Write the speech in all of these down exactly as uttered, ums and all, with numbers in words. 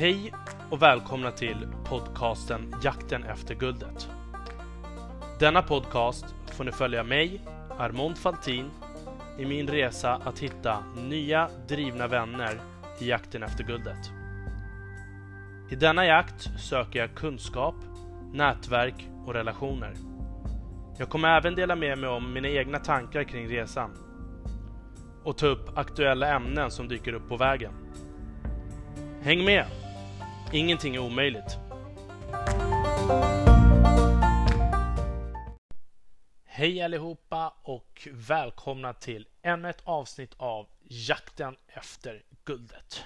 Hej och välkomna till podcasten Jakten efter guldet. Denna podcast får ni följa mig, Armond Faltin, i min resa att hitta nya drivna vänner i jakten efter guldet. I denna jakt söker jag kunskap, nätverk och relationer. Jag kommer även dela med mig om mina egna tankar kring resan och ta upp aktuella ämnen som dyker upp på vägen. Häng med! Ingenting är omöjligt. Hej allihopa och välkomna till ännu ett avsnitt av Jakten efter guldet.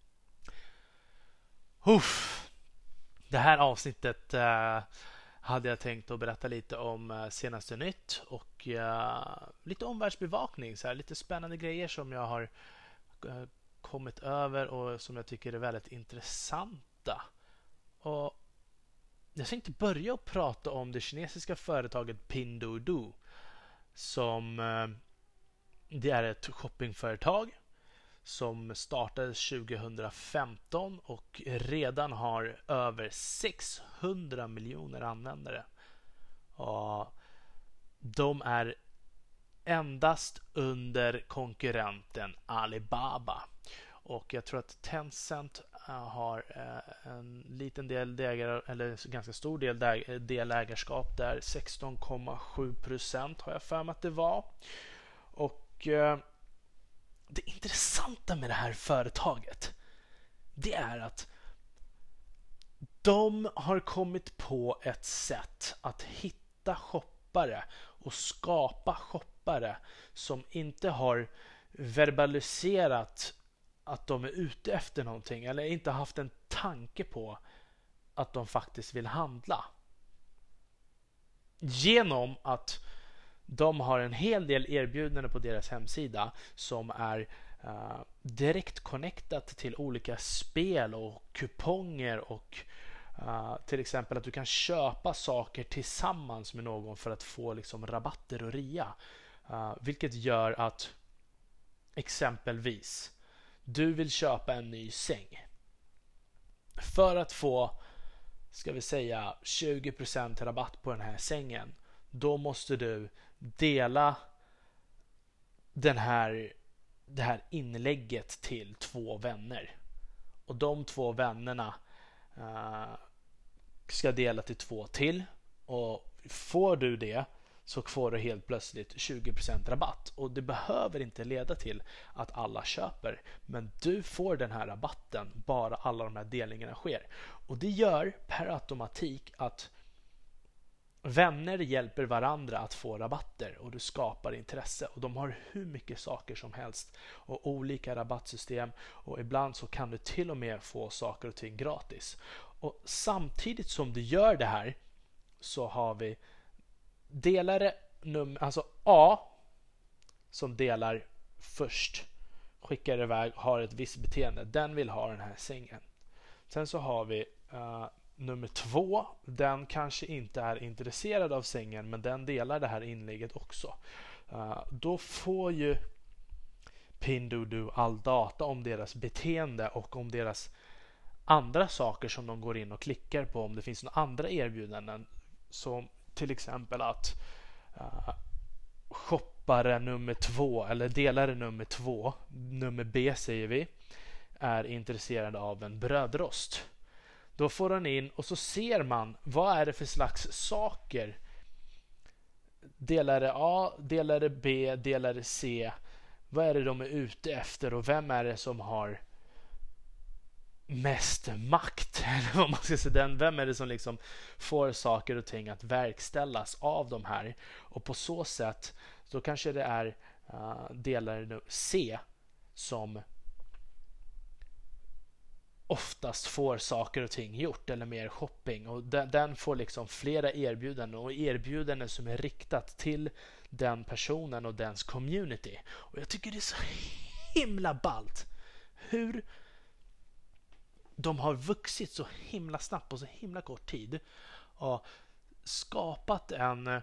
Uff. Det här avsnittet eh, hade jag tänkt att berätta lite om eh, senaste nytt och eh, lite omvärldsbevakning, så här, lite spännande grejer som jag har eh, kommit över och som jag tycker är väldigt intressanta. Och jag tänkte börja att prata om det kinesiska företaget Pinduoduo, som eh, det är ett shoppingföretag som startades tjugohundrafemton och redan har över sexhundra miljoner användare. Och de är endast under konkurrenten Alibaba. Och jag tror att Tencent har en liten del delägare, eller ganska stor del delägarskap där, sexton komma sju procent har jag för mig att det var. Och eh, det intressanta med det här företaget, det är att de har kommit på ett sätt att hitta shoppare och skapa shoppare som inte har verbaliserat att de är ute efter någonting eller inte haft en tanke på att de faktiskt vill handla. Genom att de har en hel del erbjudanden på deras hemsida som är uh, direkt connectat till olika spel och kuponger och uh, till exempel att du kan köpa saker tillsammans med någon för att få liksom rabatter och rea. Uh, vilket gör att exempelvis du vill köpa en ny säng. För att få, ska vi säga, tjugo procent rabatt på den här sängen, då måste du dela den här, det här inlägget till två vänner. Och de två vännerna uh, ska dela till två till. Och får du det så får du helt plötsligt tjugo procent rabatt. Och det behöver inte leda till att alla köper. Men du får den här rabatten bara alla de här delningarna sker. Och det gör per automatik att vänner hjälper varandra att få rabatter. Och du skapar intresse. Och de har hur mycket saker som helst. Och olika rabattsystem. Och ibland så kan du till och med få saker och ting gratis. Och samtidigt som du gör det här så har vi delare nummer, alltså A som delar först, skickar iväg, har ett visst beteende, den vill ha den här sängen. Sen så har vi uh, nummer två, den kanske inte är intresserad av sängen men den delar det här inlägget också. Uh, då får ju Pinduoduo all data om deras beteende och om deras andra saker som de går in och klickar på, om det finns några andra erbjudanden, som till exempel att uh, shoppare nummer två eller delare nummer två, nummer B säger vi, är intresserad av en brödrost. Då får den in och så ser man vad är det för slags saker delare A, delare B, delare C, vad är det de är ute efter och vem är det som har mest makt, eller vad man ska säga, den, vem är det som liksom får saker och ting att verkställas av de här, och på så sätt så kanske det är uh, delare C som oftast får saker och ting gjort eller mer shopping, och den, den får liksom flera erbjudanden och erbjudanden som är riktat till den personen och dens community. Och jag tycker det är så himla ballt hur de har vuxit så himla snabbt på så himla kort tid och skapat en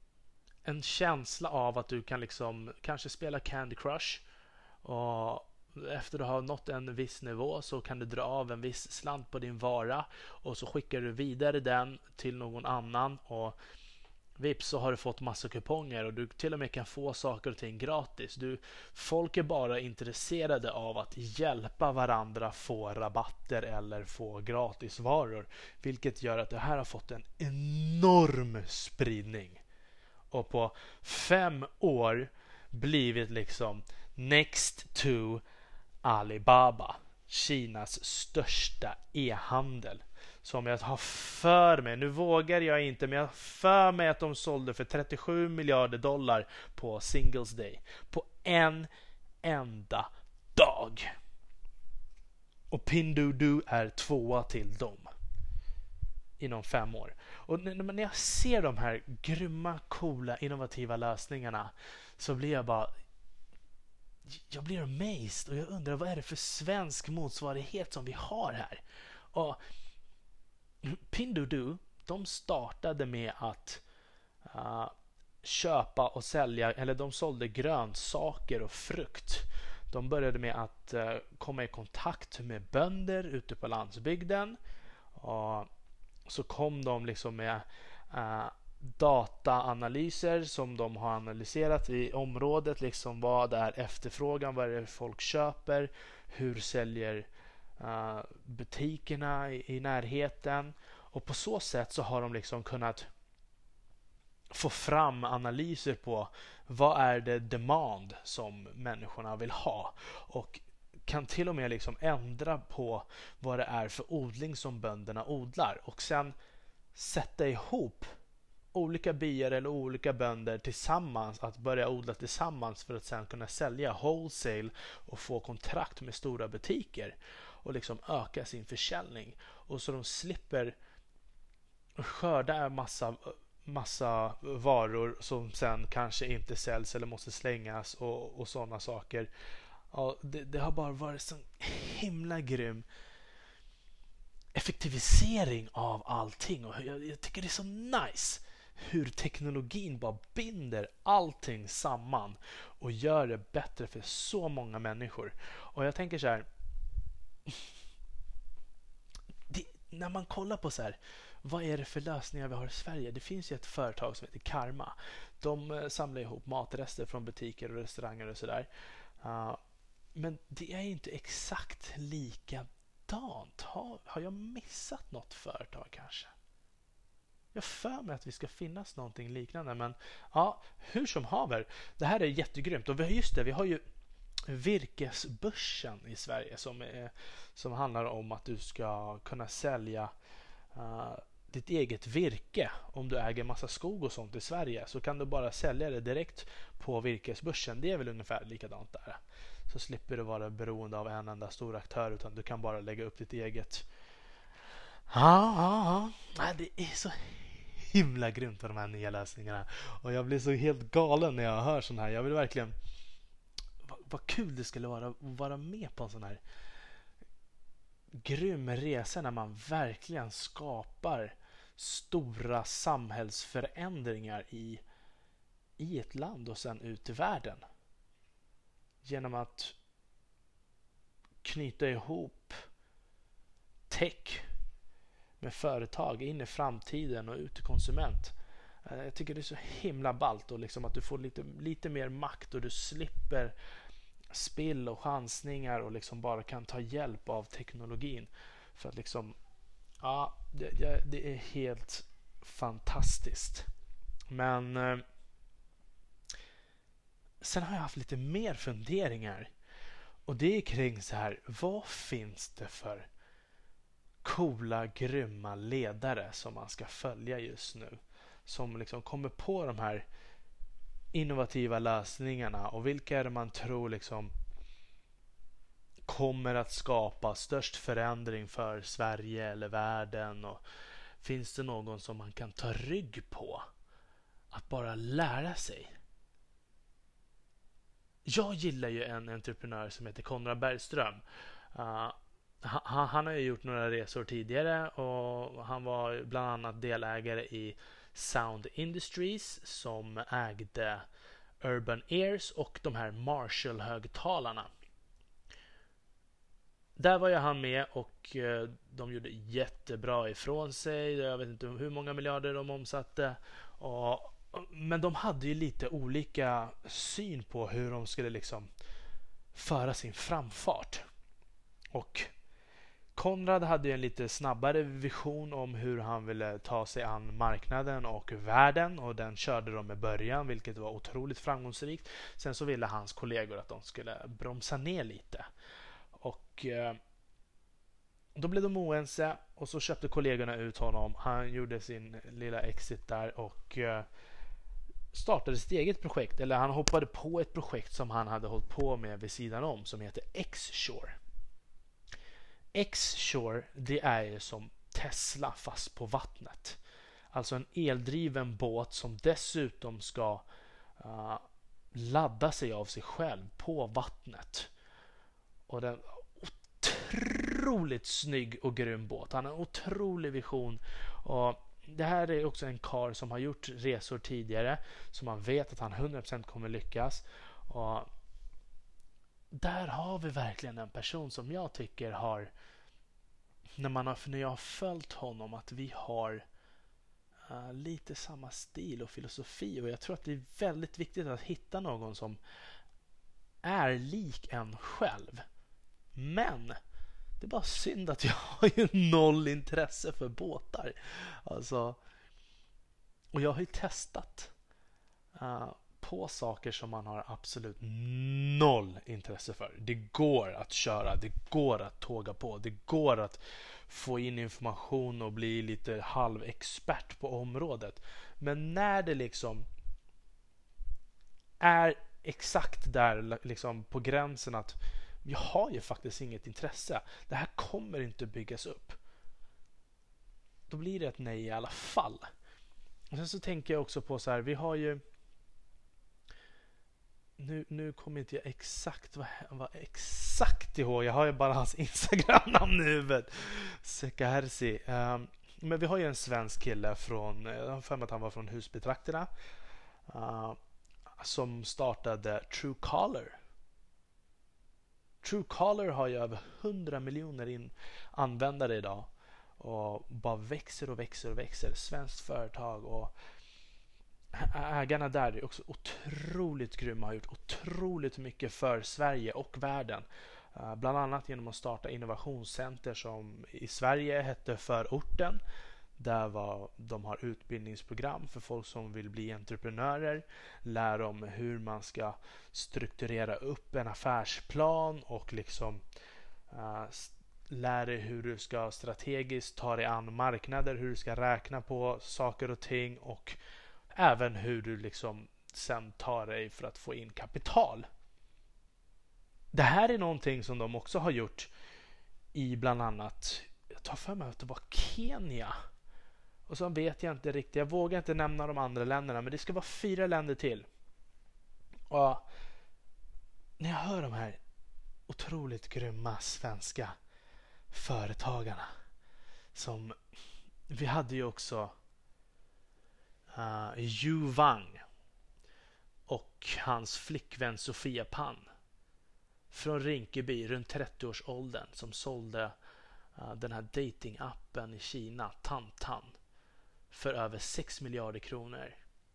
en känsla av att du kan liksom kanske spela Candy Crush och efter att ha nått en viss nivå så kan du dra av en viss slant på din vara och så skickar du vidare den till någon annan och vips så har du fått massa kuponger och du till och med kan få saker och ting gratis. Du, folk är bara intresserade av att hjälpa varandra få rabatter eller få gratisvaror, vilket gör att det här har fått en enorm spridning och på fem år blivit liksom next to Alibaba, Kinas största e-handel. Som jag har för mig, nu vågar jag inte, men jag har för mig att de sålde för trettiosju miljarder dollar på Singles Day. På en enda dag. Och Pinduoduo är tvåa till dem. Inom fem år. Och när jag ser de här grymma, coola, innovativa lösningarna så blir jag bara jag blir amazed och jag undrar vad är det för svensk motsvarighet som vi har här. Och Pinduoduo, de startade med att uh, köpa och sälja, eller de sålde grönsaker och frukt. De började med att uh, komma i kontakt med bönder ute på landsbygden och så kom de liksom med uh, dataanalyser som de har analyserat i området, liksom vad är efterfrågan, vad är det folk köper, hur säljer uh, butikerna i, i närheten, och på så sätt så har de liksom kunnat få fram analyser på vad är det demand som människorna vill ha och kan till och med liksom ändra på vad det är för odling som bönderna odlar och sen sätta ihop olika byar eller olika bönder tillsammans att börja odla tillsammans för att sen kunna sälja wholesale och få kontrakt med stora butiker och liksom öka sin försäljning, och så de slipper skörda en massa massa varor som sen kanske inte säljs eller måste slängas och, och sådana saker. Ja, det, det har bara varit så himla grym effektivisering av allting, och jag, jag tycker det är så nice hur teknologin bara binder allting samman och gör det bättre för så många människor. Och jag tänker så här, det, när man kollar på så här, vad är det för lösningar vi har i Sverige? Det finns ju ett företag som heter Karma. De samlar ihop matrester från butiker och restauranger och sådär. Uh, men det är inte exakt likadant. Har, har jag missat något företag kanske? Jag för mig att vi ska finnas någonting liknande, men ja, hur som haver, det här är jättegrymt. Och vi har just det, vi har ju virkesbörsen i Sverige som, är, som handlar om att du ska kunna sälja uh, ditt eget virke. Om du äger massa skog och sånt i Sverige så kan du bara sälja det direkt på virkesbörsen. Det är väl ungefär likadant där. Så slipper du vara beroende av en enda stor aktör, utan du kan bara lägga upp ditt eget. Ja, ja, ja. Det är så himla grymt med de här nya lösningarna. Och jag blir så helt galen när jag hör sån här. Jag vill verkligen... Vad, vad kul det skulle vara att vara med på en sån här grym resa när man verkligen skapar stora samhällsförändringar i, i ett land och sen ut i världen. Genom att knyta ihop tech med företag in i framtiden och ut till konsument. Jag tycker det är så himla ballt, och liksom att du får lite, lite mer makt och du slipper spill och chansningar och liksom bara kan ta hjälp av teknologin för att liksom ja, det, det är helt fantastiskt. Men eh, sen har jag haft lite mer funderingar, och det är kring så här, vad finns det för coola, grymma ledare som man ska följa just nu, som liksom kommer på de här innovativa lösningarna, och vilka är det man tror liksom kommer att skapa störst förändring för Sverige eller världen, och finns det någon som man kan ta rygg på att bara lära sig? Jag gillar ju en entreprenör som heter Konrad Bergström. Uh, han, han har ju gjort några resor tidigare, och han var bland annat delägare i Sound Industries som ägde Urban Ears och de här Marshall-högtalarna. där var ju han med och eh, de gjorde jättebra ifrån sig. Jag vet inte hur många miljarder de omsatte. Och, men de hade ju lite olika syn på hur de skulle liksom föra sin framfart. Och Konrad hade ju en lite snabbare vision om hur han ville ta sig an marknaden och världen, och den körde de med början, vilket var otroligt framgångsrikt. Sen så ville hans kollegor att de skulle bromsa ner lite. Och eh, då blev de oense och så köpte kollegorna ut honom. Han gjorde sin lilla exit där och eh, startade sitt eget projekt. Eller han hoppade på ett projekt som han hade hållit på med vid sidan om som heter X-Shore. X-Shore, det är ju som Tesla fast på vattnet. Alltså en eldriven båt som dessutom ska uh, ladda sig av sig själv på vattnet. Och den otroligt snygg och grym båt. Han har en otrolig vision. Och det här är också en karl som har gjort resor tidigare, som man vet att han hundra procent kommer lyckas. Och där har vi verkligen en person som jag tycker har, när, man har, när jag har följt honom, att vi har uh, lite samma stil och filosofi. Och jag tror att det är väldigt viktigt att hitta någon som är lik en själv. Men det är bara synd att jag har ju noll intresse för båtar. Alltså, och jag har ju testat uh, på saker som man har absolut noll intresse för. Det går att köra, det går att tåga på, det går att få in information och bli lite halvexpert på området. Men när det liksom är exakt där liksom på gränsen att jag har ju faktiskt inget intresse, det här kommer inte byggas upp, då blir det ett nej i alla fall. Och sen så tänker jag också på så här, vi har ju nu, nu kommer inte jag exakt vad, vad exakt ihåg, jag har ju bara hans Instagram-namn i huvudet, Sekahersi. Um, men vi har ju en svensk kille från, jag har för mig att han var från Husbytrakterna, uh, som startade Truecaller. Truecaller har ju över hundra miljoner in användare idag och bara växer och växer och växer. Svenskt företag, och ägarna där är också otroligt grymma, har gjort otroligt mycket för Sverige och världen. Uh, bland annat genom att starta innovationscenter som i Sverige hette Förorten. Där var, de har utbildningsprogram för folk som vill bli entreprenörer. Lär om hur man ska strukturera upp en affärsplan och liksom uh, lär dig hur du ska strategiskt ta dig an marknader, hur du ska räkna på saker och ting, och även hur du liksom sen tar dig för att få in kapital. Det här är någonting som de också har gjort i bland annat, jag tar för mig att det var Kenya. Och så vet jag inte riktigt, jag vågar inte nämna de andra länderna, men det ska vara fyra länder till. Och när jag hör de här otroligt grymma svenska företagarna, som vi hade ju också uh, Yu Wang och hans flickvän Sofia Pan från Rinkeby runt trettio-årsåldern, som sålde uh, den här datingappen i Kina, Tantan, för över sex miljarder kronor.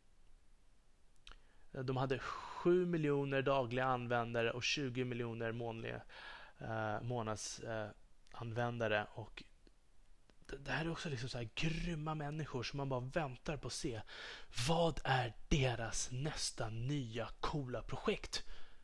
De hade sju miljoner dagliga användare och tjugo miljoner månliga eh, månadsanvändare. Eh, och det, det här är också liksom så här grymma människor som man bara väntar på att se. Vad är deras nästa nya coola projekt?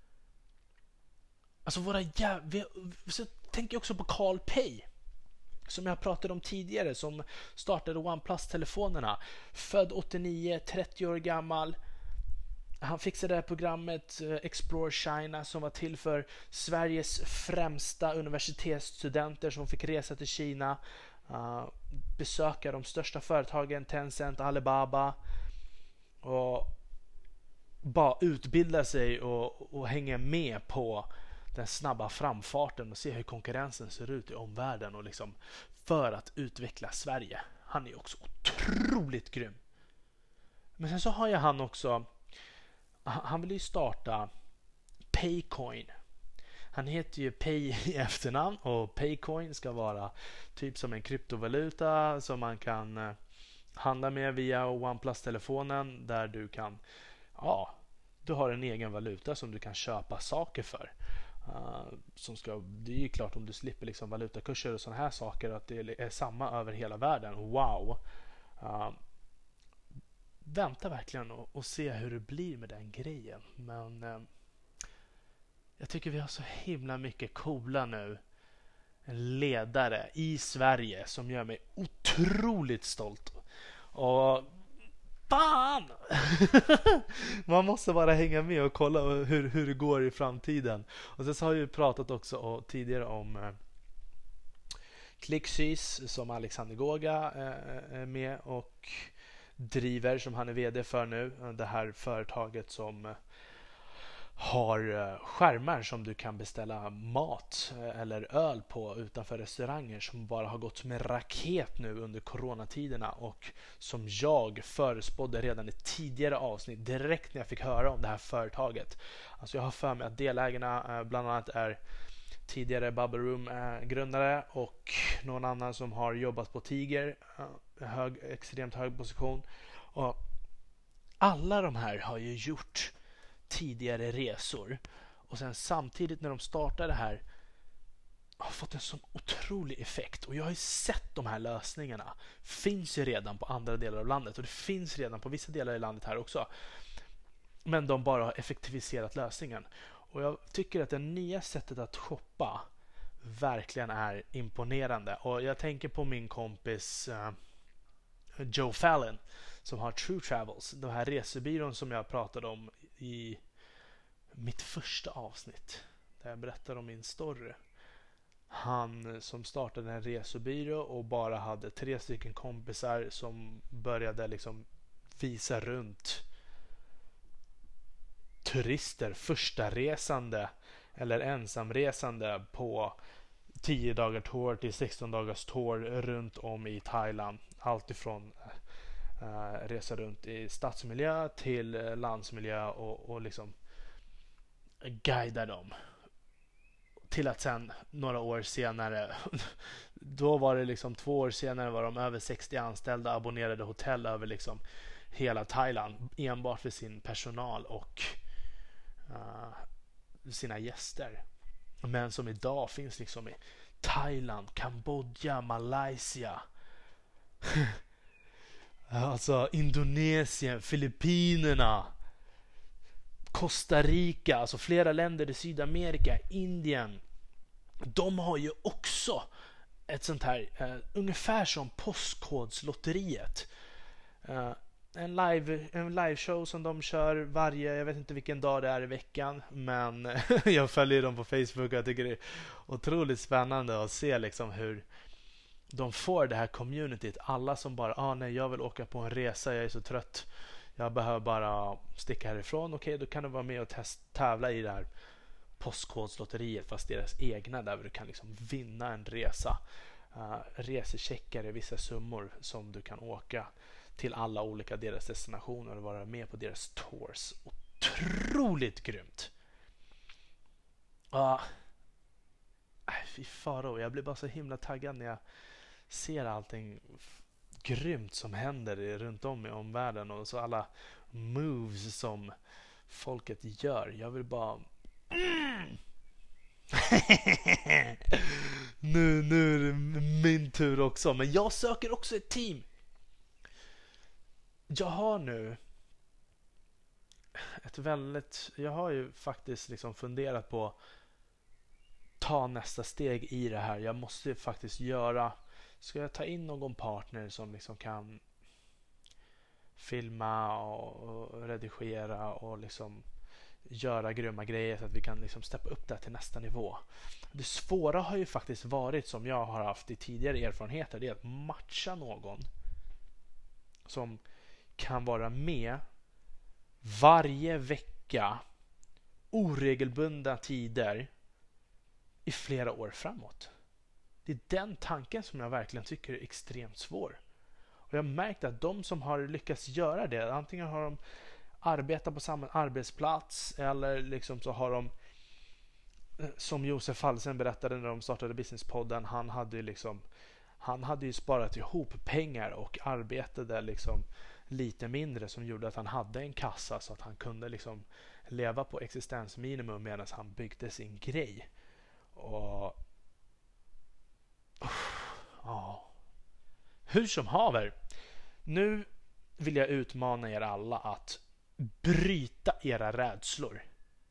Alltså våra jävla... Så tänker jag också på Carl Pei, som jag pratade om tidigare, som startade OnePlus-telefonerna. Född åttionio, trettio år gammal. Han fixade det här programmet Explore China, som var till för Sveriges främsta universitetsstudenter som fick resa till Kina, uh, besöka de största företagen, Tencent, Alibaba, och bara utbilda sig och, och hänga med på den snabba framfarten och se hur konkurrensen ser ut i omvärlden, och liksom för att utveckla Sverige. Han är också otroligt grym. Men sen så har jag han också, han vill ju starta Paycoin. Han heter ju Pay i efternamn och Paycoin ska vara typ som en kryptovaluta som man kan eh, handla med via OnePlus-telefonen, där du kan, ja, du har en egen valuta som du kan köpa saker för. Uh, som ska, det är ju klart, om du slipper liksom valutakurser och sådana här saker, att det är samma över hela världen. Wow! Uh, vänta verkligen och, och se hur det blir med den grejen. Men uh, jag tycker vi har så himla mycket coola nu ledare i Sverige som gör mig otroligt stolt. Och fan! Man måste bara hänga med och kolla hur, hur det går i framtiden. Och sen så har jag ju pratat också och, tidigare om eh, Clicksys som Alexander Goga eh, är med och driver, som han är vd för nu. Det här företaget som eh, har skärmar som du kan beställa mat eller öl på utanför restauranger, som bara har gått som en raket nu under coronatiderna, och som jag förespådde redan i tidigare avsnitt direkt när jag fick höra om det här företaget. Alltså jag har för mig att delägarna bland annat är tidigare Bubble Room-grundare och någon annan som har jobbat på Tiger, hög, extremt hög position. Och alla de här har ju gjort tidigare resor, och sen samtidigt när de startar det här har fått en sån otrolig effekt. Och jag har ju sett de här lösningarna finns ju redan på andra delar av landet, och det finns redan på vissa delar i landet här också, men de bara har effektiviserat lösningen. Och jag tycker att det nya sättet att shoppa verkligen är imponerande. Och jag tänker på min kompis uh, Joe Fallon som har True Travels, den här resebyrån som jag pratade om i mitt första avsnitt där jag berättade om min story. Han som startade en resebyrå och bara hade tre stycken kompisar som började liksom visa runt turister, första resande eller ensamresande på tio dagar tour till sexton dagars tour runt om i Thailand. Allt ifrån Uh, resa runt i stadsmiljö till uh, landsmiljö och, och liksom guida dem, till att sen några år senare då var det liksom två år senare var de över sextio anställda, abonnerade hotell över liksom hela Thailand enbart för sin personal och uh, sina gäster, men som idag finns liksom i Thailand, Kambodja, Malaysia alltså Indonesien, Filippinerna, Costa Rica, alltså flera länder i Sydamerika, Indien. De har ju också ett sånt här uh, ungefär som Postkodslotteriet. Uh, en live en liveshow som de kör varje, jag vet inte vilken dag det är i veckan, men jag följer dem på Facebook och jag tycker det är otroligt spännande att se liksom hur de får det här communityt. Alla som bara, ah nej, jag vill åka på en resa, jag är så trött, jag behöver bara sticka härifrån. Okej, då kan du vara med och test, tävla i det här Postkodslotteriet, fast deras egna, där du kan liksom vinna en resa. Uh, resecheckar i vissa summor som du kan åka till alla olika deras destinationer och vara med på deras tours. Otroligt grymt. Uh, fy faro, jag blir bara så himla taggad när jag ser allting grymt som händer runt om i omvärlden, och så alla moves som folket gör. Jag vill bara mm. nu, nu är det min tur också, men jag söker också ett team. Jag har nu ett väldigt, jag har ju faktiskt liksom funderat på ta nästa steg i det här. Jag måste faktiskt göra, ska jag ta in någon partner som liksom kan filma och redigera och liksom göra grymma grejer så att vi kan liksom steppa upp det till nästa nivå. Det svåra har ju faktiskt varit, som jag har haft i tidigare erfarenheter, det är att matcha någon som kan vara med varje vecka, oregelbundna tider i flera år framåt. Det är den tanken som jag verkligen tycker är extremt svår. Och jag har märkt att de som har lyckats göra det, antingen har de arbetat på samma arbetsplats eller liksom så har de som Josef Fallsen berättade när de startade Businesspodden, han hade ju liksom han hade ju sparat ihop pengar och arbetade liksom lite mindre, som gjorde att han hade en kassa så att han kunde liksom leva på existensminimum medan han byggde sin grej. Och ja, hur som haver, nu vill jag utmana er alla att bryta era rädslor.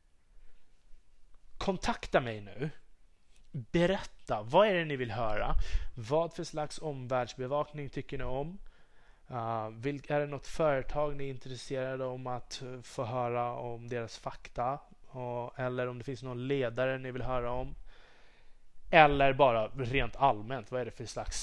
Kontakta mig nu. Berätta, vad är det ni vill höra? Vad för slags omvärldsbevakning tycker ni om? Uh, vil- är det något företag ni är intresserade om att uh, få höra om deras fakta? Och, eller om det finns någon ledare ni vill höra om? Eller bara rent allmänt, vad är det för slags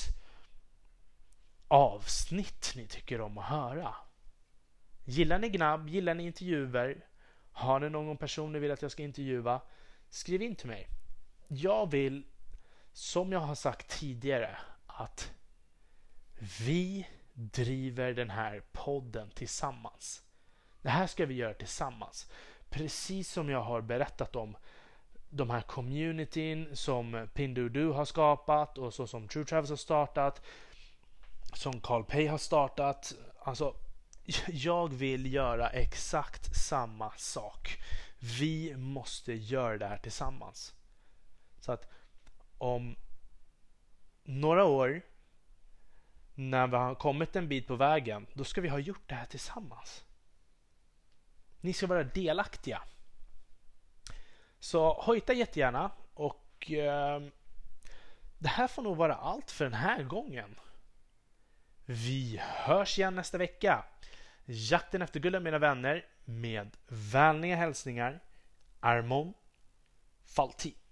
avsnitt ni tycker om att höra? Gillar ni gnabb? Gillar ni intervjuer? Har ni någon person ni vill att jag ska intervjua? Skriv in till mig. Jag vill, som jag har sagt tidigare, att vi driver den här podden tillsammans. Det här ska vi göra tillsammans. Precis som jag har berättat om de här communityn som Pinduoduo har skapat och så som True Travels har startat, som Carl har startat. Alltså, jag vill göra exakt samma sak. Vi måste göra det här tillsammans. Så att om några år, när vi har kommit en bit på vägen, då ska vi ha gjort det här tillsammans. Ni ska vara delaktiga. Så hojta jättegärna. Och eh, det här får nog vara allt för den här gången. Vi hörs igen nästa vecka. Jakten efter guld, mina vänner. Med vänliga hälsningar, Armon Falti.